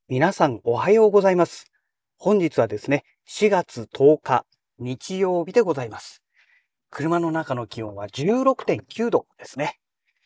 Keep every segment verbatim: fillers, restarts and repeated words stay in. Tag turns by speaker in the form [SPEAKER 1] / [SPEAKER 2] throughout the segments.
[SPEAKER 1] 皆さんおはようございます。本日はですね、しがつとおか日曜日でございます。車の中の気温はじゅうろくてんきゅうどですね。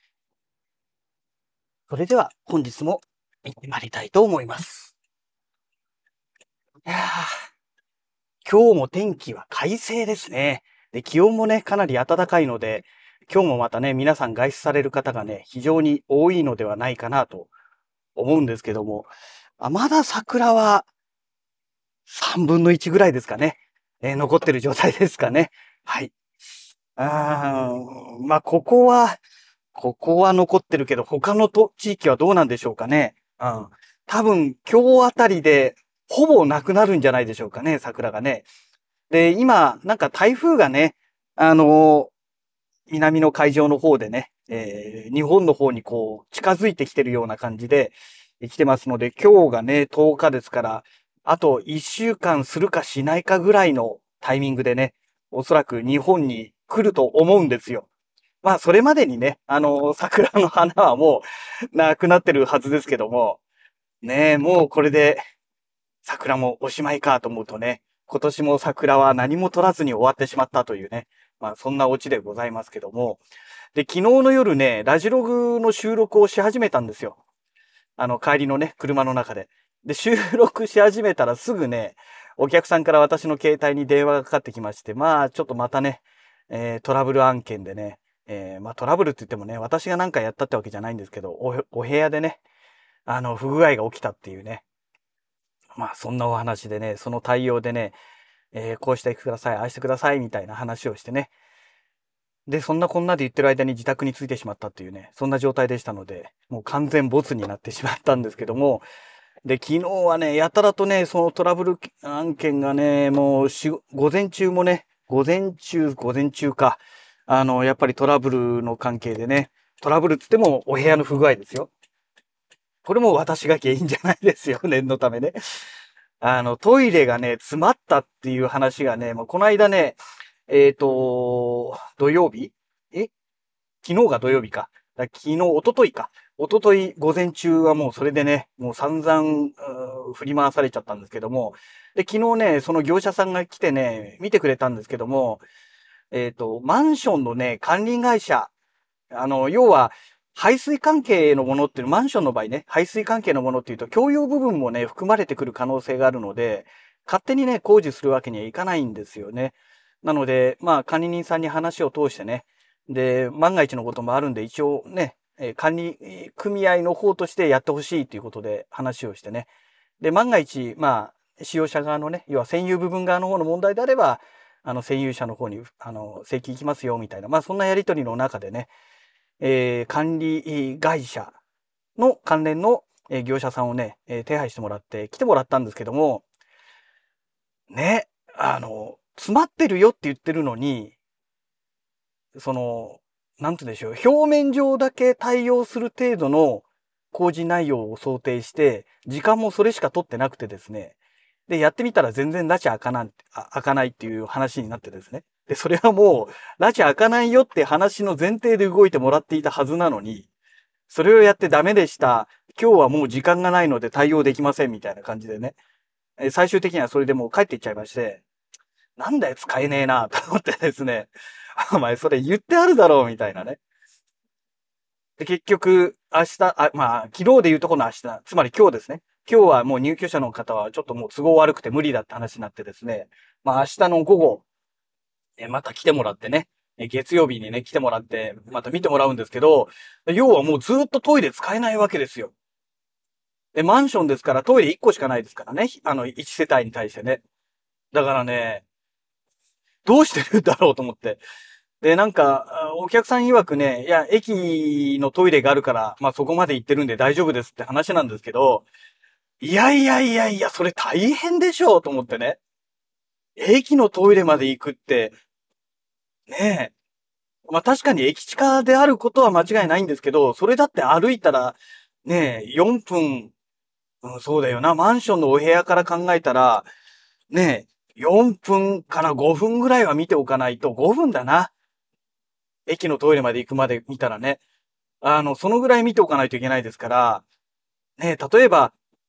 [SPEAKER 1] それでは本日も行ってまいりたいと思います。いやー、今日も天気は快晴ですね。で、気温もね、かなり暖かいので、今日もまたね、皆さん外出される方がね、非常に多いのではないかなと思うんですけども、あまだ桜はさんぶんのいちぐらいですかね。えー残ってる状態ですかね。はい。あーまあ、ここは、ここは残ってるけど、他のと地域はどうなんでしょうかね。うん。多分、今日あたりで、ほぼなくなるんじゃないでしょうかね、桜がね。で、今、なんか台風がね、あのー南の海上の方でね、えー日本の方にこう、近づいてきてるような感じで、来てますので、今日がね、とおかですから、あといっしゅうかんするかしないかぐらいのタイミングでね、おそらく日本に来ると思うんですよ。まあ、それまでにね、あの、桜の花はもうなくなってるはずですけども、ねえ、もうこれで桜もおしまいかと思うとね、今年も桜は何も取らずに終わってしまったというね、まあそんなオチでございますけども、で、昨日の夜ね、ラジログの収録をし始めたんですよ。あの、帰りのね、車の中で。で、収録し始めたらすぐね、お客さんから私の携帯に電話がかかってきまして、まあ、ちょっとまたね、えートラブル案件でね、えーまあトラブルって言ってもね、私が何かやったってわけじゃないんですけど、お、お部屋でね、あの、不具合が起きたっていうね、まあそんなお話でね、その対応でね、えーこうしてください、ああしてください、みたいな話をしてね、で、そんなこんなで言ってる間に自宅に着いてしまったっていうね、そんな状態でしたので、もう完全ボツになってしまったんですけども、で、昨日はね、やたらとね、そのトラブル案件がね、もうし、午前中もね、午前中、午前中か、あの、やっぱりトラブルの関係でね、トラブルっつってもお部屋の不具合ですよ。これも私が原因じゃないですよ、念のためね。あの、トイレがね、詰まったっていう話がね、もうこの間ね、えっと、土曜日え昨日が土曜日か。だ昨日、一昨日か。一昨日午前中はもうそれでね、もう散々、うー振り回されちゃったんですけども、で、昨日ね、その業者さんが来てね、見てくれたんですけども、えっと、マンションのね、管理会社、あの、要は、排水関係のものっていう、マンションの場合ね、排水関係のものっていうと、共用部分もね、含まれてくる可能性があるので、勝手にね、工事するわけにはいかないんですよね。なので、まあ、管理人さんに話を通してね、で、万が一のこともあるんで、一応ね、えー管理組合の方としてやってほしいということで話をしてね。で、万が一、まあ、使用者側のね、要は占有部分側の方の問題であれば、あの、占有者の方に、あの、請求行きますよ、みたいな、まあ、そんなやりとりの中でね、えー管理会社の関連のえー業者さんをね、えー手配してもらって来てもらったんですけども、ね、あの、詰まってるよって言ってるのに、その、なんて言うんでしょう、表面上だけ対応する程度の工事内容を想定して、時間もそれしか取ってなくてですね、で、やってみたら全然拉致開かない、あ開かないっていう話になってですね。で、それはもう、拉致開かないよって話の前提で動いてもらっていたはずなのに、それをやってダメでした。今日はもう時間がないので対応できませんみたいな感じでね。え最終的にはそれでもう帰っていっちゃいまして、なんだよ使えねえなと思ってですね。お前それ言ってあるだろうみたいなね。で、結局、明日、あ、まあ、昨日で言うとこの明日、つまり今日ですね。今日はもう入居者の方はちょっともう都合悪くて無理だって話になってですね。まあ明日の午後、え、また来てもらってね。え月曜日にね、来てもらって、また見てもらうんですけど、要はもうずっとトイレ使えないわけですよ。で、マンションですからトイレいっこしかないですからね。あの、いち世帯に対してね。だからね、どうしてるんだろうと思って。で、なんか、お客さん曰くね、いや、駅のトイレがあるから、まあそこまで行ってるんで大丈夫ですって話なんですけど、いやいやいやいや、それ大変でしょうと思ってね。駅のトイレまで行くって、ねえ。まあ確かに駅近であることは間違いないんですけど、それだって歩いたら、ねえ、よんぷん、うん、そうだよな。マンションのお部屋から考えたら、ねえ、よんぷんからごふんぐらいは見ておかないと、ごふんだな。駅のトイレまで行くまで見たらね。あの、そのぐらい見ておかないといけないですから、ねえ、例えば、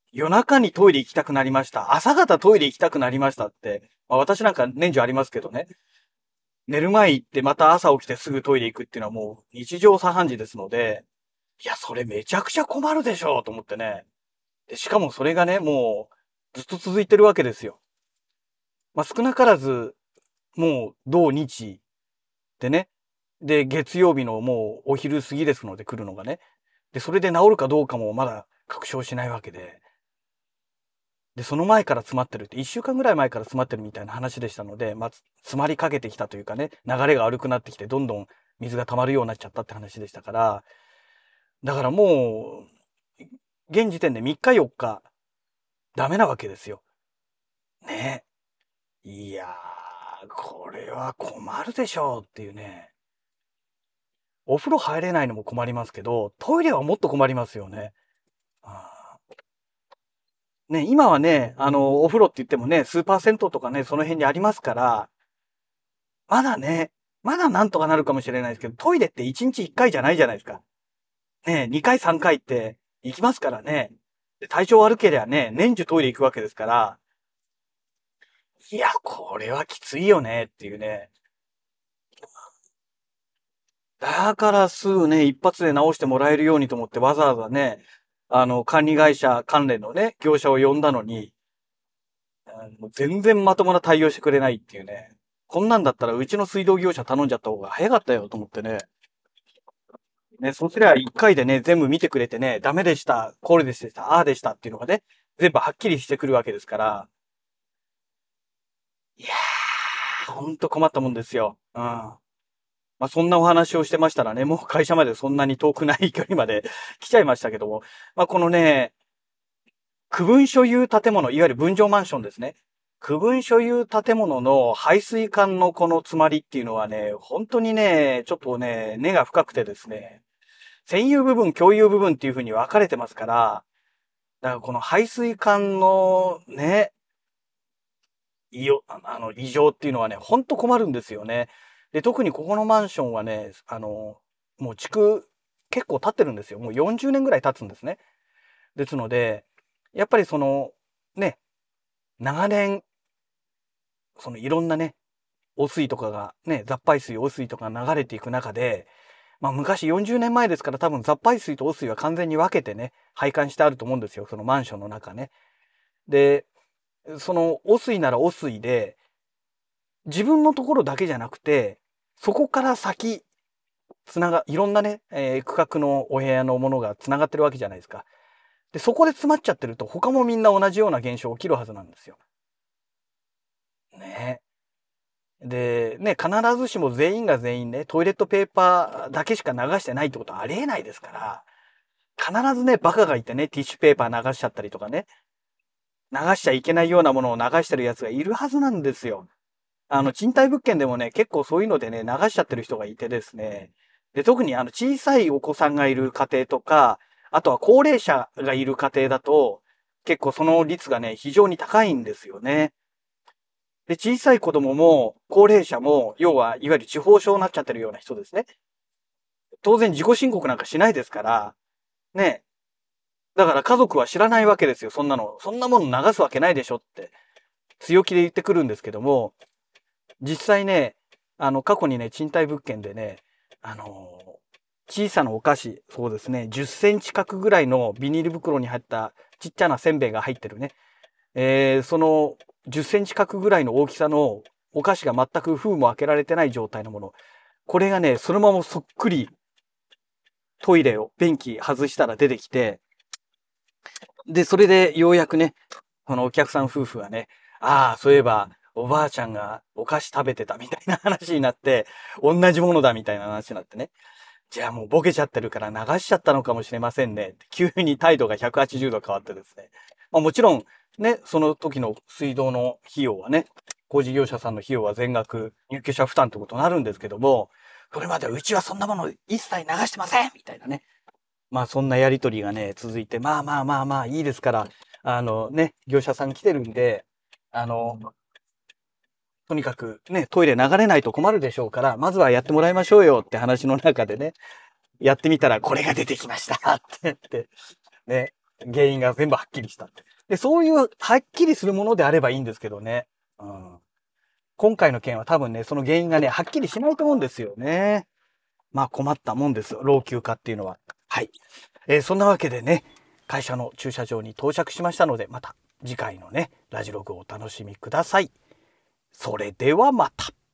[SPEAKER 1] 夜中にトイレ行きたくなりました。朝方トイレ行きたくなりましたって。まあ私なんか年中ありますけどね。寝る前行ってまた朝起きてすぐトイレ行くっていうのはもう日常茶飯事ですので、いや、それめちゃくちゃ困るでしょうと思ってね。で、しかもそれがね、もうずっと続いてるわけですよ。まあ少なからず、もう土日でね。で、月曜日のもうお昼過ぎですので来るのがね。で、それで治るかどうかもまだ確証しないわけで。で、その前から詰まってるって、一週間ぐらい前から詰まってるみたいな話でしたので、まあ、詰まりかけてきたというかね、流れが悪くなってきて、どんどん水が溜まるようになっちゃったって話でしたから、だからもう、現時点でみっかよっか、ダメなわけですよ。ね。いやー、これは困るでしょうっていうね。お風呂入れないのも困りますけど、トイレはもっと困りますよね。あーね、今はね、あの、お風呂って言ってもね、スーパー銭湯とかね、その辺にありますから、まだね、まだなんとかなるかもしれないですけど、トイレっていちにちいっかいじゃないじゃないですか。ね、にかいさんかいって行きますからね。で体調悪ければね、年中トイレ行くわけですから、いや、これはきついよねっていうね。だからすぐね、一発で直してもらえるようにと思ってわざわざね、あの、管理会社関連のね、業者を呼んだのに、あの全然まともな対応してくれないっていうね。こんなんだったらうちの水道業者頼んじゃった方が早かったよと思ってね。ね、そすりゃ一回でね、全部見てくれてね、ダメでした、これでした、ああでしたっていうのがね、全部はっきりしてくるわけですから。いやー、ほんと困ったもんですよ。うん。まあ、そんなお話をしてましたらね、もう会社までそんなに遠くない距離まで来ちゃいましたけども、まあ、このね、区分所有建物、いわゆる分譲マンションですね。区分所有建物の排水管のこの詰まりっていうのはね、本当にね、ちょっとね、根が深くてですね、占有部分、共有部分っていう風に分かれてますから、だからこの排水管のね、異様、あの、異常っていうのはね、ほんと困るんですよね。で、特にここのマンションはね、あの、もう築結構経ってるんですよ。もうよんじゅうねんぐらい経つんですね。ですので、やっぱりその、ね、長年、そのいろんなね、汚水とかが、ね、雑排水、汚水とかが流れていく中で、まあ昔よんじゅうねんまえですから多分雑排水と汚水は完全に分けてね、配管してあると思うんですよ。そのマンションの中ね。で、その汚水なら汚水で、自分のところだけじゃなくて、そこから先、つなが、いろんなね、えー区画のお部屋のものがつながってるわけじゃないですか。で、そこで詰まっちゃってると、他もみんな同じような現象起きるはずなんですよ。ね。で、ね、必ずしも全員が全員ね、トイレットペーパーだけしか流してないってことはありえないですから、必ずね、バカがいてね、ティッシュペーパー流しちゃったりとかね、流しちゃいけないようなものを流してるやつがいるはずなんですよ。あの、賃貸物件でもね、結構そういうのでね、流しちゃってる人がいてですね。で、特にあの、小さいお子さんがいる家庭とか、あとは高齢者がいる家庭だと、結構その率がね、非常に高いんですよね。で、小さい子供も、高齢者も、要は、いわゆる地方症になっちゃってるような人ですね。当然自己申告なんかしないですから、ね。だから家族は知らないわけですよ、そんなの。そんなもの流すわけないでしょって、強気で言ってくるんですけども、実際ね、あの、過去にね、賃貸物件でね、あのー小さなお菓子、そうですね、じゅっセンチ角ぐらいのビニール袋に入ったちっちゃなせんべいが入ってるね。えー、そのじゅっセンチ角ぐらいの大きさのお菓子が全く封も開けられてない状態のもの。これがね、そのままそっくりトイレを、便器外したら出てきて、で、それでようやくね、このお客さん夫婦がね、ああ、そういえば、おばあちゃんがお菓子食べてたみたいな話になって、同じものだみたいな話になってね。じゃあもうボケちゃってるから流しちゃったのかもしれませんね。急に態度がひゃくはちじゅうど変わってですね。まあもちろん、ね、その時の水道の費用はね、工事業者さんの費用は全額入居者負担ってことになるんですけども、これまでうちはそんなもの一切流してませんみたいなね。まあそんなやりとりがね、続いて、まあまあまあまあいいですから、あのね、業者さん来てるんで、あの、とにかくね、トイレ流れないと困るでしょうから、まずはやってもらいましょうよって話の中でね、やってみたらこれが出てきましたって言って、ね。 原因が全部はっきりしたって。で、そういうはっきりするものであればいいんですけどね。うん、今回の件は多分ね、その原因がね、はっきりしないと思うんですよね。まあ困ったもんですよ。老朽化っていうのは。はい。えー、そんなわけでね、会社の駐車場に到着しましたので、また次回のね、ラジログをお楽しみください。それではまた。